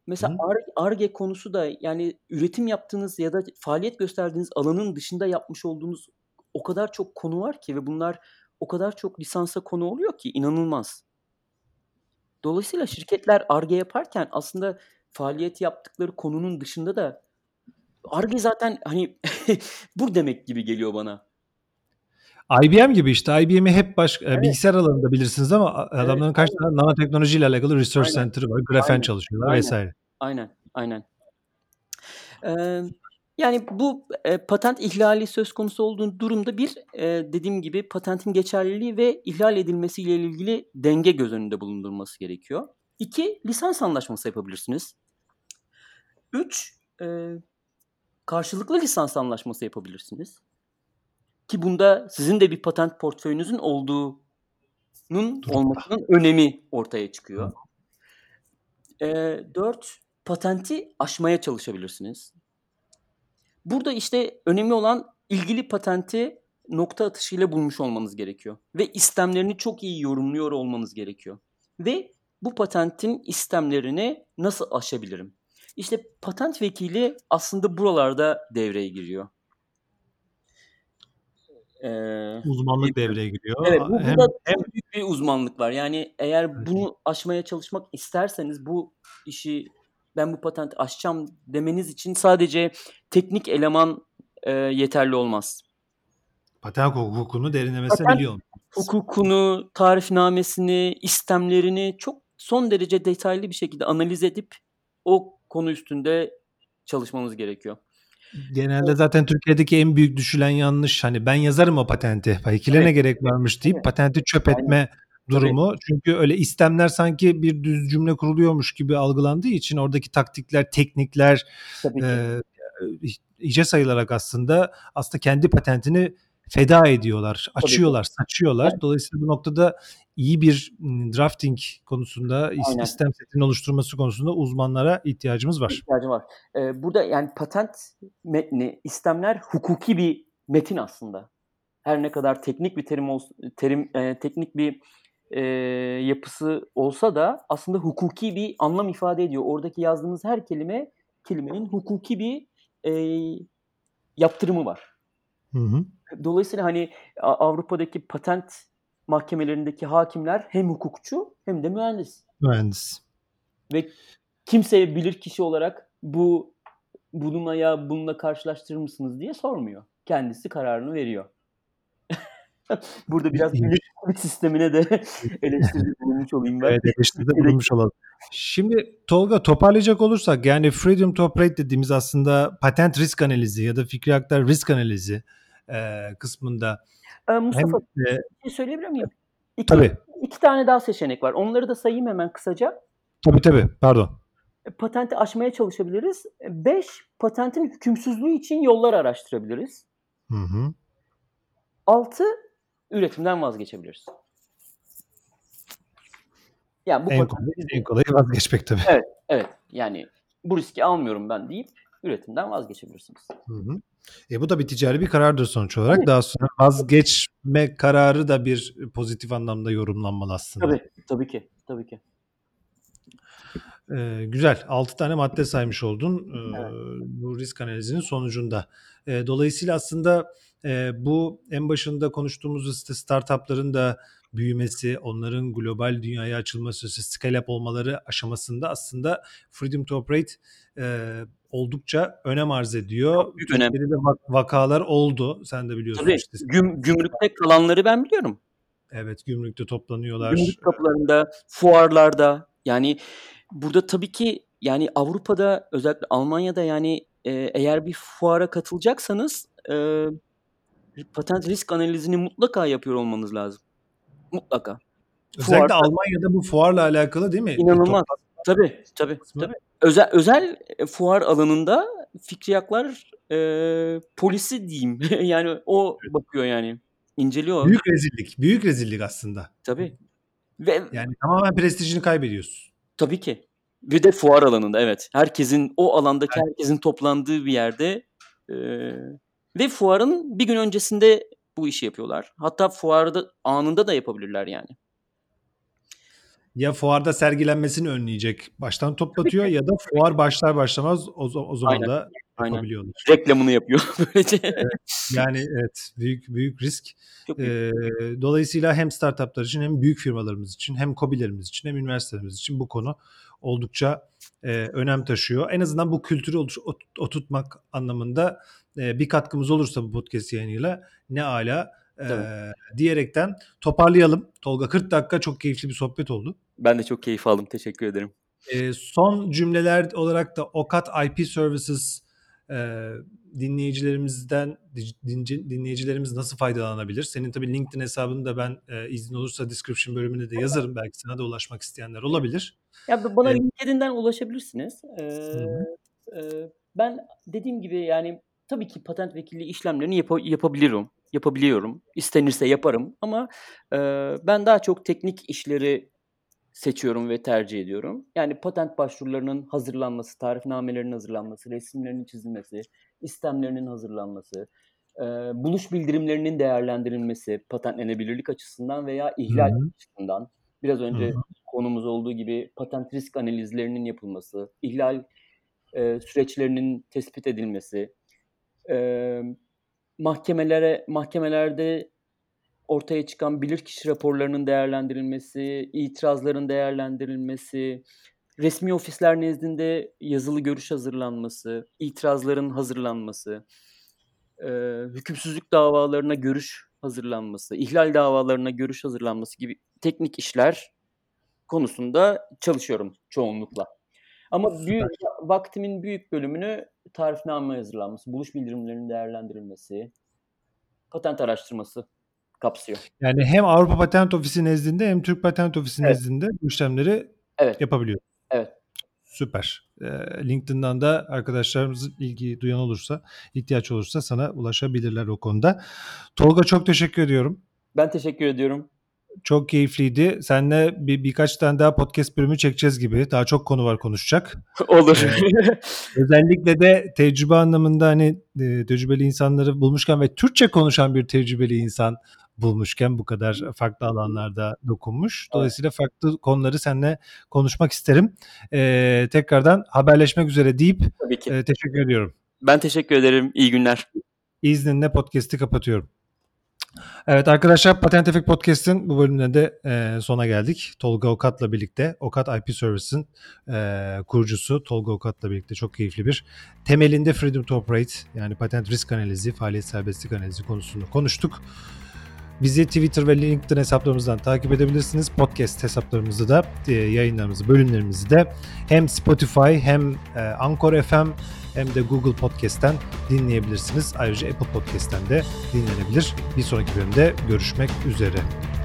Speaker 1: Hı
Speaker 2: Mesela
Speaker 1: hı.
Speaker 2: Ar Ar-Ge konusu da yani üretim yaptığınız ya da faaliyet gösterdiğiniz alanın dışında yapmış olduğunuz o kadar çok konu var ki ve bunlar o kadar çok lisansa konu oluyor ki inanılmaz. Dolayısıyla şirketler Ar-Ge yaparken aslında faaliyet yaptıkları konunun dışında da Ar-Ge zaten hani bu demek gibi geliyor bana.
Speaker 1: I B M gibi işte. I B M'i hep baş eee,
Speaker 2: Evet,
Speaker 1: bilgisayar alanında bilirsiniz ama a
Speaker 2: evet,
Speaker 1: adamların kaç
Speaker 2: aynen,
Speaker 1: tane nanoteknolojiyle alakalı research
Speaker 2: aynen,
Speaker 1: center'ı var. Grafen
Speaker 2: aynen,
Speaker 1: çalışıyorlar
Speaker 2: aynen,
Speaker 1: vesaire.
Speaker 2: aynen, aynen. Emm, yani bu, eee, patent ihlali söz konusu olduğu durumda bir, eee, dediğim gibi patentin geçerliliği ve ihlal edilmesiyle ilgili denge göz önünde bulundurulması gerekiyor. iki lisans anlaşması yapabilirsiniz. üç eee, karşılıklı lisans anlaşması yapabilirsiniz. Ki bunda sizin de bir patent portföyünüzün olduğunun
Speaker 1: Durumda.
Speaker 2: olmasının önemi ortaya
Speaker 1: Hı.
Speaker 2: çıkıyor. Eee, dört patenti aşmaya çalışabilirsiniz. Burada, işte, önemli olan ilgili patenti nokta atışıyla bulmuş olmanız gerekiyor ve istemlerini çok iyi yorumluyor olmanız gerekiyor ve bu patentin istemlerini nasıl aşabilirim? İşte, patent vekili aslında buralarda devreye giriyor. Eee,
Speaker 1: Uzmanlık
Speaker 2: diyebilirim.
Speaker 1: devreye giriyor.
Speaker 2: Evet,
Speaker 1: A
Speaker 2: bu burada
Speaker 1: hem hem
Speaker 2: çok büyük bir uzmanlık var. Yani eğer bunu aşmaya çalışmak isterseniz bu işi ben bu patenti aşacağım demeniz için sadece teknik eleman, eee, yeterli olmaz.
Speaker 1: patent hukukunu derinlemesine
Speaker 2: Patent
Speaker 1: biliyor olmalısınız.
Speaker 2: hukukunu, tarifnamesini, istemlerini çok son derece detaylı bir şekilde analiz edip o konu üstünde çalışmamız gerekiyor.
Speaker 1: Genelde zaten Türkiye'deki en büyük düşülen yanlış, hani, ben yazarım o patenti, vekile
Speaker 2: Tabii,
Speaker 1: ne gerek varmış deyip
Speaker 2: tabii.
Speaker 1: patenti çöp
Speaker 2: Aynen.
Speaker 1: etme
Speaker 2: Tabii,
Speaker 1: durumu. Çünkü öyle istemler sanki bir düz cümle kuruluyormuş gibi algılandığı için oradaki taktikler, teknikler,
Speaker 2: tabii ki.
Speaker 1: eee, hiçe sayılarak aslında, aslında kendi patentini feda ediyorlar,
Speaker 2: Tabii ki.
Speaker 1: açıyorlar, saçıyorlar. Dolayısıyla bu noktada iyi bir, ımm, drafting konusunda, is
Speaker 2: Aynen.
Speaker 1: istem setinin oluşturulması konusunda uzmanlara ihtiyacımız var.
Speaker 2: İhtiyacı var. Eee, burada yani patent metni, istemler hukuki bir metin aslında. Her ne kadar teknik bir terim ols terim, eee, teknik bir, eee, yapısı olsa da aslında hukuki bir anlam ifade ediyor. Oradaki yazdığınız her kelime, kelimenin hukuki bir, eee, yaptırımı var.
Speaker 1: Hı hı.
Speaker 2: Dolayısıyla, hani, A Avrupa'daki patent mahkemelerindeki hakimler hem hukukçu hem de mühendis
Speaker 1: Mühendis.
Speaker 2: ve kimseye bilirkişi olarak bu bununla ya bununla karşılaştırır mısınız diye sormuyor. Kendisi kararını veriyor. Burada
Speaker 1: İ
Speaker 2: biraz
Speaker 1: iyiymiş.
Speaker 2: bilirkişilik sistemine de eleştiride bulunmuş olayım ben.
Speaker 1: Evet, eleştiride
Speaker 2: Türkiye'deki
Speaker 1: bulunmuş olalım. Şimdi Tolga, toparlayacak olursak yani freedom to operate dediğimiz aslında patent risk analizi ya da fikri haklar risk analizi eee, kısmında
Speaker 2: Eee,
Speaker 1: hem
Speaker 2: Mustafa,
Speaker 1: eee
Speaker 2: bir şey söyleyebilir miyim? İki
Speaker 1: tabii,
Speaker 2: iki tane daha seçenek var. Onları da sayayım hemen kısaca.
Speaker 1: tabii, tabii, pardon.
Speaker 2: E, patenti aşmaya çalışabiliriz. E, beş patentin hükümsüzlüğü için yollar araştırabiliriz.
Speaker 1: Hı hı.
Speaker 2: altı üretimden vazgeçebiliriz. Yani bu
Speaker 1: En kolay
Speaker 2: patenti
Speaker 1: en kolayı vazgeçmek tabii.
Speaker 2: evet, evet. Yani bu riski almıyorum ben deyip üretimden vazgeçebilirsiniz.
Speaker 1: Hı hı. E, bu da bir ticari bir karardır sonuç olarak.
Speaker 2: Tabii,
Speaker 1: Daha sonra
Speaker 2: tabii,
Speaker 1: vazgeçme kararı da bir pozitif anlamda yorumlanmalı aslında.
Speaker 2: tabii, tabii ki, tabii ki.
Speaker 1: Eee, güzel. altı tane madde saymış oldun,
Speaker 2: Evet,
Speaker 1: eee, bu risk analizinin sonucunda. Eee, dolayısıyla aslında, eee, bu en başında konuştuğumuz işte startup'ların da büyümesi, onların global dünyaya açılması, işte scale up olmaları aşamasında aslında Freedom to Operate, eee, oldukça önem arz ediyor.
Speaker 2: çok büyük önem.
Speaker 1: Türkiye'de de vak vakalar oldu. Sen de biliyorsun
Speaker 2: Tabii,
Speaker 1: işte.
Speaker 2: güm gümrükte kalanları ben biliyorum.
Speaker 1: Evet, gümrükte toplanıyorlar.
Speaker 2: Gümrük kapılarında, fuarlarda, yani burada tabii ki, yani Avrupa'da özellikle Almanya'da, yani, eee, eğer bir fuara katılacaksanız, eee, patent risk analizini mutlaka yapıyor olmanız lazım. Mutlaka.
Speaker 1: Özellikle
Speaker 2: Fuarda
Speaker 1: Almanya'da bu fuarla alakalı değil mi? E,
Speaker 2: inanılmaz.
Speaker 1: toplantı
Speaker 2: Tabii, tabii,
Speaker 1: kısmı.
Speaker 2: tabii. Özel özel, eee, fuar alanında fikriyatlar, eee, polisi diyeyim. Yani o bakıyor yani, inceliyor.
Speaker 1: Büyük rezillik, büyük rezillik aslında.
Speaker 2: Tabii ve
Speaker 1: Yani tamamen prestijini kaybediyorsun.
Speaker 2: tabii ki. Bir de fuar alanında, evet. Herkesin, o alandaki
Speaker 1: Evet.
Speaker 2: herkesin toplandığı bir yerde, eee, ve fuarın bir gün öncesinde bu işi yapıyorlar. Hatta fuarda anında da yapabilirler yani.
Speaker 1: ya fuarda sergilenmesini önleyecek, baştan toplatıyor ya da fuar başlar başlamaz o, o zaman
Speaker 2: Aynen.
Speaker 1: da
Speaker 2: Aynen.
Speaker 1: yapabiliyorlar.
Speaker 2: Reklamını yapıyor böylece.
Speaker 1: Evet. Yani evet, büyük büyük risk.
Speaker 2: Çok büyük.
Speaker 1: Ee, dolayısıyla hem startuplar için hem büyük firmalarımız için hem KOBİ'lerimiz için hem üniversitelerimiz için bu konu oldukça e, önem taşıyor. En azından bu kültürü ot- oturtmak anlamında e, bir katkımız olursa bu podcast yayınıyla ne ala e, diyerekten toparlayalım. Tolga, kırk dakika çok keyifli bir sohbet oldu.
Speaker 2: Ben de çok keyif aldım. Teşekkür ederim.
Speaker 1: E, son cümleler olarak da OCAT I P Services e, dinleyicilerimizden dinci, dinleyicilerimiz nasıl faydalanabilir? Senin tabii LinkedIn hesabını da ben e, izin olursa description bölümüne de yazarım. Belki sana da ulaşmak isteyenler olabilir.
Speaker 2: Ya bana
Speaker 1: Ee,
Speaker 2: LinkedIn'den ulaşabilirsiniz. Ee, e, ben dediğim gibi yani tabii ki patent vekilliği işlemlerini yap- yapabilirim. Yapabiliyorum. İstenirse yaparım ama e, ben daha çok teknik işleri seçiyorum ve tercih ediyorum. Yani patent başvurularının hazırlanması, tarifnamelerinin hazırlanması, resimlerinin çizilmesi, istemlerinin hazırlanması, e, buluş bildirimlerinin değerlendirilmesi, patentlenebilirlik açısından veya ihlal
Speaker 1: Hı-hı.
Speaker 2: açısından. Biraz önce
Speaker 1: Hı-hı.
Speaker 2: konumuz olduğu gibi patent risk analizlerinin yapılması, ihlal e, süreçlerinin tespit edilmesi, e, mahkemelere mahkemelerde ortaya çıkan bilirkişi raporlarının değerlendirilmesi, itirazların değerlendirilmesi, resmi ofisler nezdinde yazılı görüş hazırlanması, itirazların hazırlanması, e, hükümsüzlük davalarına görüş hazırlanması, ihlal davalarına görüş hazırlanması gibi teknik işler konusunda çalışıyorum çoğunlukla. Ama büyük, vaktimin büyük bölümünü tarifname hazırlanması, buluş bildirimlerinin değerlendirilmesi, patent araştırması kapsıyor.
Speaker 1: Yani hem Avrupa Patent Ofisi nezdinde hem Türk Patent Ofisi
Speaker 2: Evet.
Speaker 1: nezdinde bu işlemleri
Speaker 2: Evet.
Speaker 1: yapabiliyor.
Speaker 2: Evet.
Speaker 1: Süper. Ee, LinkedIn'dan da arkadaşlarımız ilgi duyan olursa, ihtiyaç olursa sana ulaşabilirler o konuda. Tolga, çok teşekkür ediyorum.
Speaker 2: Ben teşekkür ediyorum.
Speaker 1: Çok keyifliydi. Seninle bir, birkaç tane daha podcast bölümü çekeceğiz gibi. Daha çok konu var konuşacak.
Speaker 2: Olur.
Speaker 1: Ee, özellikle de tecrübe anlamında hani e, tecrübeli insanları bulmuşken ve Türkçe konuşan bir tecrübeli insan bulmuşken bu kadar farklı alanlarda dokunmuş. Dolayısıyla farklı konuları seninle konuşmak isterim. Ee, tekrardan haberleşmek üzere deyip
Speaker 2: Tabii ki.
Speaker 1: e, teşekkür ediyorum.
Speaker 2: Ben teşekkür ederim. İyi günler.
Speaker 1: İzninle podcast'i kapatıyorum. Evet arkadaşlar, Patent Efekt Podcast'in bu bölümünde de e, sona geldik. Tolga Okat'la birlikte, Okat I P Service'in e, kurucusu Tolga Okat'la birlikte çok keyifli bir temelinde Freedom to Operate, yani patent risk analizi, faaliyet serbestlik analizi konusunu konuştuk. Bizi Twitter ve LinkedIn hesaplarımızdan takip edebilirsiniz. Podcast hesaplarımızda da e, yayınlarımızı, bölümlerimizi de hem Spotify hem e, Anchor F M hem de Google Podcast'ten dinleyebilirsiniz. Ayrıca Apple Podcast'ten de dinlenebilir. Bir sonraki bölümde görüşmek üzere.